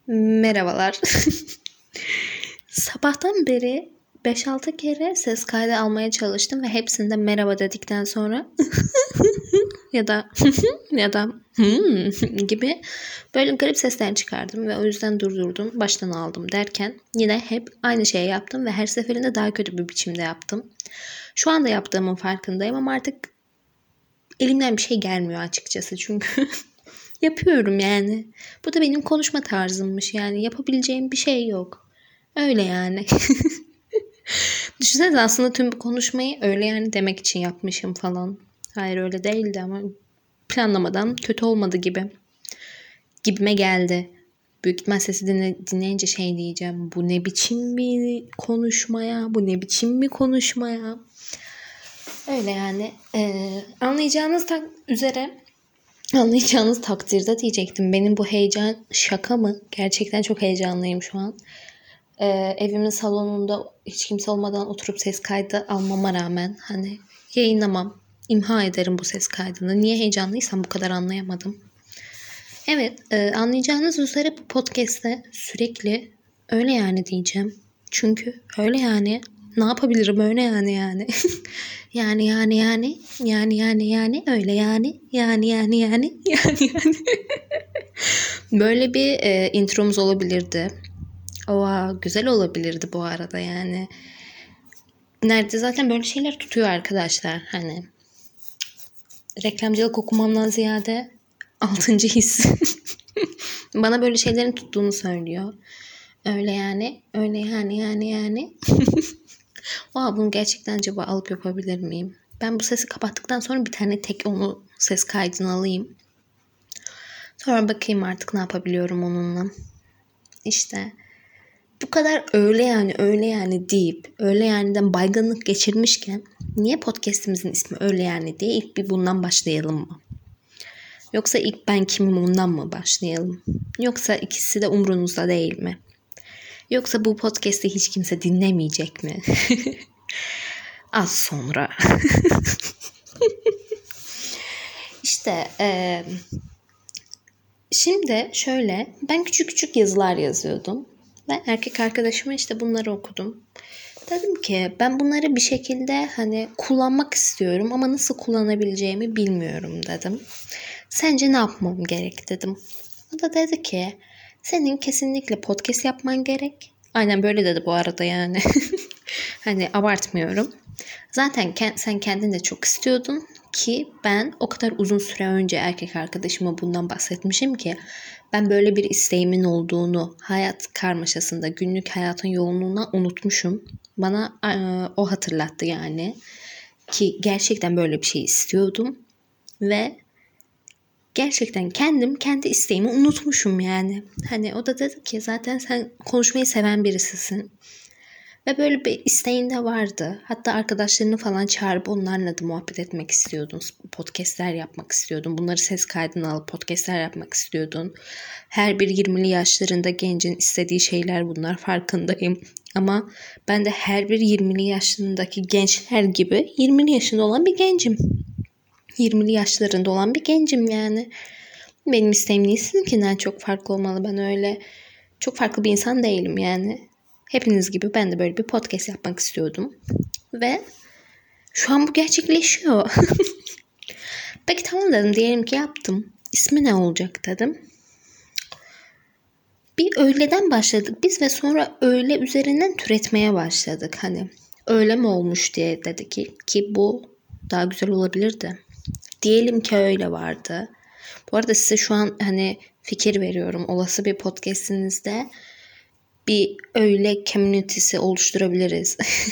Merhabalar. Sabahtan beri 5-6 kere ses kaydı almaya çalıştım ve hepsinde merhaba dedikten sonra ya da ya da gibi böyle garip sesler çıkardım ve o yüzden durdurdum, baştan aldım derken yine hep aynı şeyi yaptım ve her seferinde daha kötü bir biçimde yaptım. Şu anda yaptığımın farkındayım ama artık elimden bir şey gelmiyor açıkçası çünkü yapıyorum yani. Bu da benim konuşma tarzımmış yani yapabileceğim bir şey yok. Öyle yani. Düşünsenize aslında tüm bu konuşmayı öyle yani demek için yapmışım falan. Hayır öyle değildi ama planlamadan kötü olmadı gibime geldi. Büyük ihtimal sesi dinleyince şey diyeceğim. Bu ne biçim bir konuşma ya? Bu ne biçim bir konuşma ya? Öyle yani. Anlayacağınız takdirde diyecektim. Benim bu heyecan şaka mı? Gerçekten çok heyecanlıyım şu an. Evimin salonunda hiç kimse olmadan oturup ses kaydı almama rağmen hani yayınlamam. İmha ederim bu ses kaydını. Niye heyecanlıysam bu kadar anlayamadım. Evet, anlayacağınız üzere bu podcast'te sürekli öyle yani diyeceğim. Çünkü öyle yani. Ne yapabilirim öyle yani. yani öyle yani. Böyle bir intromuz olabilirdi. Oha güzel olabilirdi bu arada yani. Nerede zaten böyle şeyler tutuyor arkadaşlar. Hani reklamcılık okumamdan ziyade 6. his. Bana böyle şeylerin tuttuğunu söylüyor. Öyle yani. Oha bunu gerçekten acaba alıp yapabilir miyim? Ben bu sesi kapattıktan sonra bir tane tek onu ses kaydını alayım. Sonra bakayım artık ne yapabiliyorum onunla. İşte bu kadar öyle yani deyip öyle yaniden baygınlık geçirmişken niye podcast'imizin ismi öyle yani diye ilk bir bundan başlayalım mı? Yoksa ilk ben kimim ondan mı başlayalım? Yoksa ikisi de umrunuzda değil mi? Yoksa bu podcast'i hiç kimse dinlemeyecek mi? Az sonra. İşte şimdi şöyle ben küçük yazılar yazıyordum. Ve erkek arkadaşıma işte bunları okudum. Dedim ki ben bunları bir şekilde hani kullanmak istiyorum ama nasıl kullanabileceğimi bilmiyorum dedim. Sence ne yapmam gerek dedim. O da dedi ki senin kesinlikle podcast yapman gerek. Aynen böyle dedi bu arada yani. Hani abartmıyorum. Zaten sen kendin de çok istiyordun ki ben o kadar uzun süre önce erkek arkadaşıma bundan bahsetmişim ki ben böyle bir isteğimin olduğunu hayat karmaşasında günlük hayatın yoğunluğuna unutmuşum. Bana o hatırlattı yani ki gerçekten böyle bir şey istiyordum ve gerçekten kendi isteğimi unutmuşum yani. Hani o da dedi ki zaten sen konuşmayı seven birisisin. Ve böyle bir isteğin de vardı. Hatta arkadaşlarını falan çağırıp onlarla da muhabbet etmek istiyordun. Podcastler yapmak istiyordun. Bunları ses kaydına alıp podcastler yapmak istiyordun. Her bir 20'li yaşlarında gencin istediği şeyler bunlar farkındayım. Ama ben de her bir 20'li yaşlarındaki gençler gibi 20'li yaşında olan bir gencim. 20'li yaşlarında olan bir gencim yani. Benim isteğim değil sizinkinden çok farklı olmalı. Ben öyle çok farklı bir insan değilim yani. Hepiniz gibi ben de böyle bir podcast yapmak istiyordum. Ve şu an bu gerçekleşiyor. Peki tamam dedim. Diyelim ki yaptım. İsmi ne olacak dedim. Bir öğleden başladık biz ve sonra öğle üzerinden türetmeye başladık. Hani öyle mi olmuş diye dedi ki bu daha güzel olabilirdi. Diyelim ki öyle vardı. Bu arada size şu an hani fikir veriyorum. Olası bir podcastinizde bir öyle community'si oluşturabiliriz.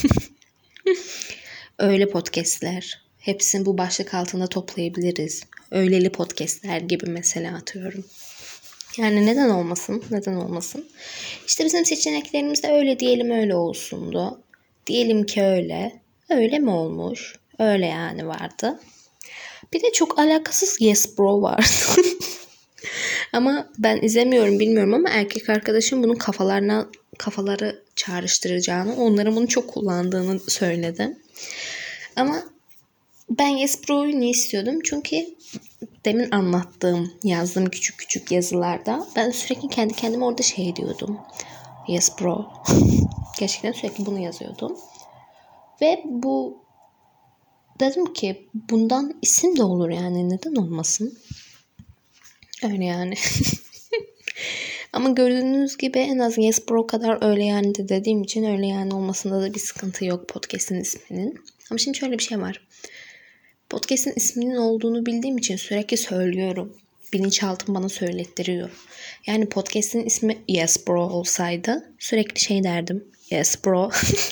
Öyle podcastler. Hepsini bu başlık altında toplayabiliriz. Öyleli podcastler gibi mesela atıyorum. Yani neden olmasın? İşte bizim seçeneklerimizde öyle diyelim öyle olsundu. Diyelim ki öyle. Öyle mi olmuş? Öyle yani vardı. Bir de çok alakasız Yes Bro vardı. Ama ben izlemiyorum bilmiyorum ama erkek arkadaşım bunun kafaları çağrıştıracağını, onların bunu çok kullandığını söyledi. Ama ben Yes Bro'yu ne istiyordum? Çünkü demin anlattığım, yazdığım küçük küçük yazılarda ben sürekli kendi kendime orada şey diyordum. Yes bro. Gerçekten sürekli bunu yazıyordum. Ve bu dedim ki bundan isim de olur yani, neden olmasın? Öyle yani. Ama gördüğünüz gibi en az Yes Bro kadar öyle yani de dediğim için öyle yani olmasında da bir sıkıntı yok podcast'in isminin. Ama şimdi şöyle bir şey var. Podcast'in isminin olduğunu bildiğim için sürekli söylüyorum. Bilinçaltım bana söylettiriyor. Yani podcast'in ismi Yes Bro olsaydı sürekli şey derdim. Yes Bro.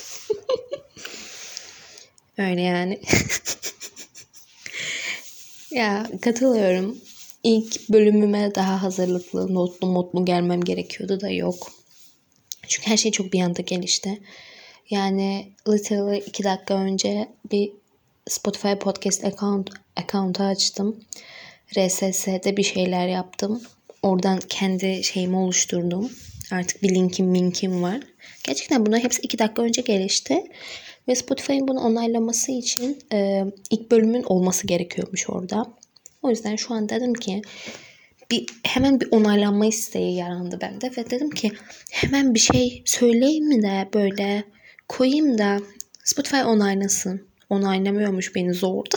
Öyle yani. Ya katılıyorum. İlk bölümüme daha hazırlıklı, notlu gelmem gerekiyordu da yok. Çünkü her şey çok bir anda gelişti. Yani literally 2 dakika önce bir Spotify podcast account'u açtım. RSS'de bir şeyler yaptım. Oradan kendi şeyimi oluşturdum. Artık bir linkim var. Gerçekten bunlar hepsi 2 dakika önce gelişti. Ve Spotify'ın bunu onaylaması için ilk bölümün olması gerekiyormuş orada. O yüzden şu an dedim ki hemen bir onaylanma isteği yarandı bende. Ve dedim ki hemen bir şey söyleyeyim mi de böyle koyayım da Spotify onaylasın. Onaylamıyormuş, beni zordu.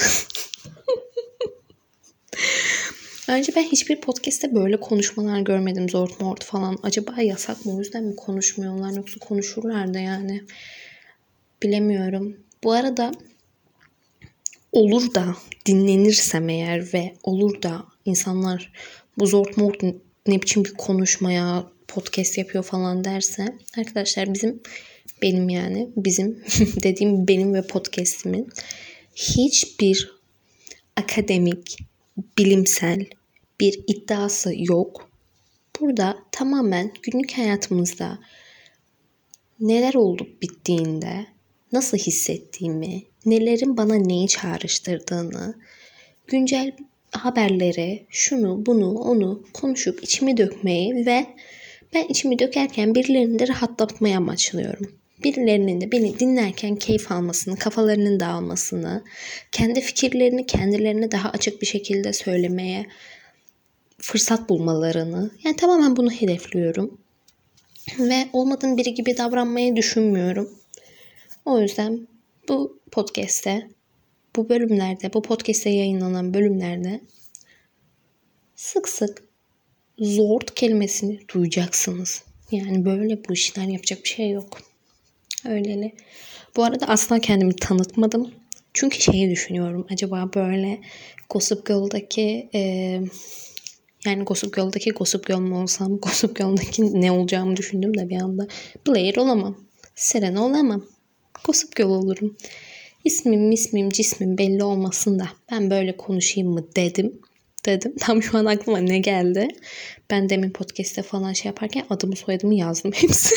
Bence ben hiçbir podcast'te böyle konuşmalar görmedim. Zort mort falan. Acaba yasak mı? O yüzden mi konuşmuyorlar? Yoksa konuşurlar da yani. Bilemiyorum. Bu arada olur da dinlenirsem eğer ve olur da insanlar bu zort mort ne biçim bir konuşmaya podcast yapıyor falan derse, arkadaşlar bizim dediğim benim ve podcastimin hiçbir akademik, bilimsel bir iddiası yok. Burada tamamen günlük hayatımızda neler olup bittiğinde, nasıl hissettiğimi, nelerin bana neyi çağrıştırdığını, güncel haberleri, şunu, bunu, onu konuşup içimi dökmeyi ve ben içimi dökerken birilerini de rahatlatmaya amaçlıyorum. Birilerinin de beni dinlerken keyif almasını, kafalarının dağılmasını, kendi fikirlerini kendilerine daha açık bir şekilde söylemeye fırsat bulmalarını, yani tamamen bunu hedefliyorum. Ve olmadığım biri gibi davranmayı düşünmüyorum. O yüzden bu podcast'te, bu podcast'te yayınlanan bölümlerde sık sık zort kelimesini duyacaksınız. Yani böyle bu işler yapacak bir şey yok. Öyleli. Bu arada asla kendimi tanıtmadım. Çünkü şeyi düşünüyorum. Acaba böyle Gossip Girl'daki yani Gossip Girl mu olsam, Gossip Girl'daki ne olacağımı düşündüm de bir anda. Blair olamam. Serena olamam. Gossip Girl olurum. İsmim, cismim belli olmasın da ben böyle konuşayım mı dedim. Tam şu an aklıma ne geldi? Ben demin podcast'te falan şey yaparken adımı soyadımı yazdım hepsi.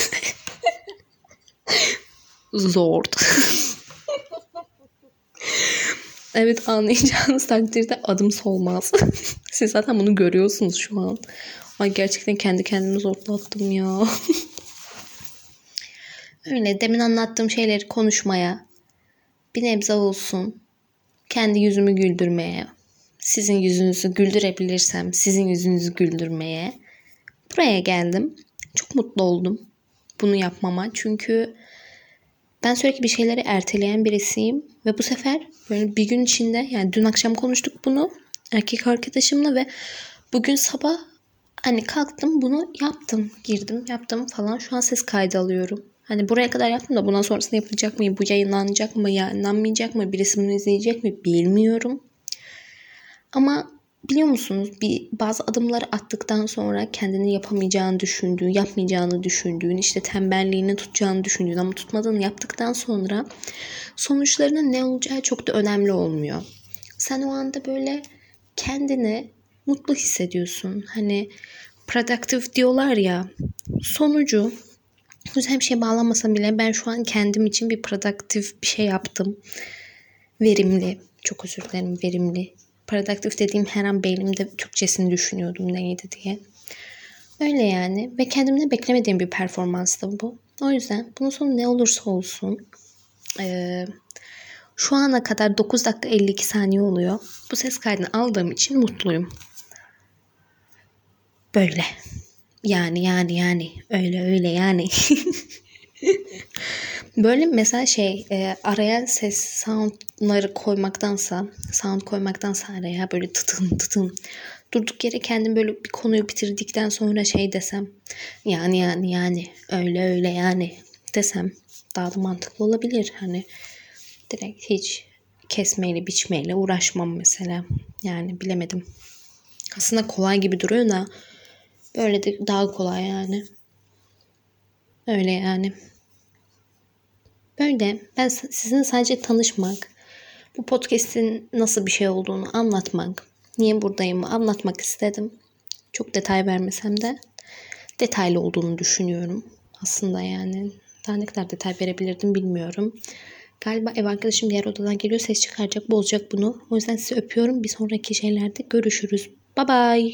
Zor. Evet, anlayacağınız takdirde adım solmaz. Siz zaten bunu görüyorsunuz şu an. Ay gerçekten kendi kendimi zorlattım ya. Öyle demin anlattığım şeyleri konuşmaya, bir nebze olsun kendi yüzümü güldürmeye, sizin yüzünüzü güldürebilirsem sizin yüzünüzü güldürmeye buraya geldim. Çok mutlu oldum bunu yapmama. Çünkü ben sürekli bir şeyleri erteleyen birisiyim. Ve bu sefer böyle bir gün içinde, yani dün akşam konuştuk bunu erkek arkadaşımla ve bugün sabah hani kalktım bunu yaptım. Girdim yaptım falan. Şu an ses kaydı alıyorum. Hani buraya kadar yaptım da bundan sonrasını yapılacak mı? Bu yayınlanacak mı? Yayınlanmayacak mı? Birisi bunu izleyecek mi? Bilmiyorum. Ama biliyor musunuz, bazı adımları attıktan sonra kendini yapamayacağını düşündüğün, yapmayacağını düşündüğün, işte tembelliğini tutacağını düşündüğün ama tutmadığını yaptıktan sonra sonuçlarının ne olacağı çok da önemli olmuyor. Sen o anda böyle kendini mutlu hissediyorsun. Hani productive diyorlar ya, sonucu güzel bir şey bağlamasam bile ben şu an kendim için bir productive bir şey yaptım. Verimli, çok özür dilerim, verimli. Produktif dediğim her an beynimde Türkçesini düşünüyordum neydi diye. Öyle yani ve kendimden beklemediğim bir performanstı bu. O yüzden bunun sonu ne olursa olsun Şu ana kadar 9 dakika 52 saniye oluyor. Bu ses kaydını aldığım için mutluyum. Böyle. Yani. Öyle yani. Böyle mesela araya sound koymaktansa araya böyle tıtın durduk yere kendim böyle bir konuyu bitirdikten sonra desem yani öyle yani desem daha da mantıklı olabilir. Hani direkt hiç kesmeyle biçmeyle uğraşmam mesela. Yani bilemedim. Aslında kolay gibi duruyor da böyle de daha kolay yani. Öyle yani. Böyle ben sizin sadece tanışmak, bu podcast'in nasıl bir şey olduğunu anlatmak, niye buradayım anlatmak istedim. Çok detay vermesem de detaylı olduğunu düşünüyorum. Aslında yani daha ne kadar detay verebilirdim bilmiyorum. Galiba ev arkadaşım diğer odadan geliyor, ses çıkaracak, bozacak bunu. O yüzden sizi öpüyorum. Bir sonraki şeylerde görüşürüz. Bye bye.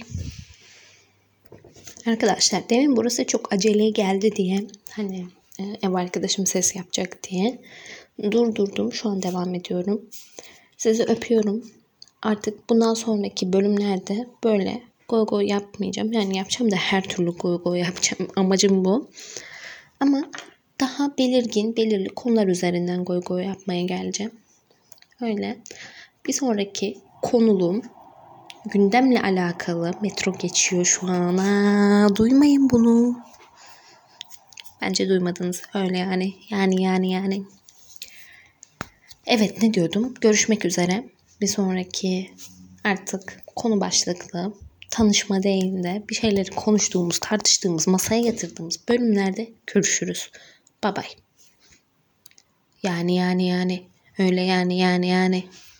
Arkadaşlar demin burası çok aceleye geldi diye hani ev arkadaşım ses yapacak diye durdurdum. Şu an devam ediyorum. Sizi öpüyorum. Artık bundan sonraki bölümlerde böyle goy goy yapmayacağım. Yani yapacağım da her türlü goy goy yapacağım. Amacım bu. Ama daha belirli konular üzerinden goy goy yapmaya geleceğim. Öyle. Bir sonraki konuluğum gündemle alakalı. Metro geçiyor şu an. Duymayın bunu. Bence duymadınız. Öyle yani. Yani. Evet, ne diyordum? Görüşmek üzere. Bir sonraki artık konu başlıklı tanışma değil de bir şeyleri konuştuğumuz, tartıştığımız, masaya yatırdığımız bölümlerde görüşürüz. Bye bye. Yani. Öyle yani.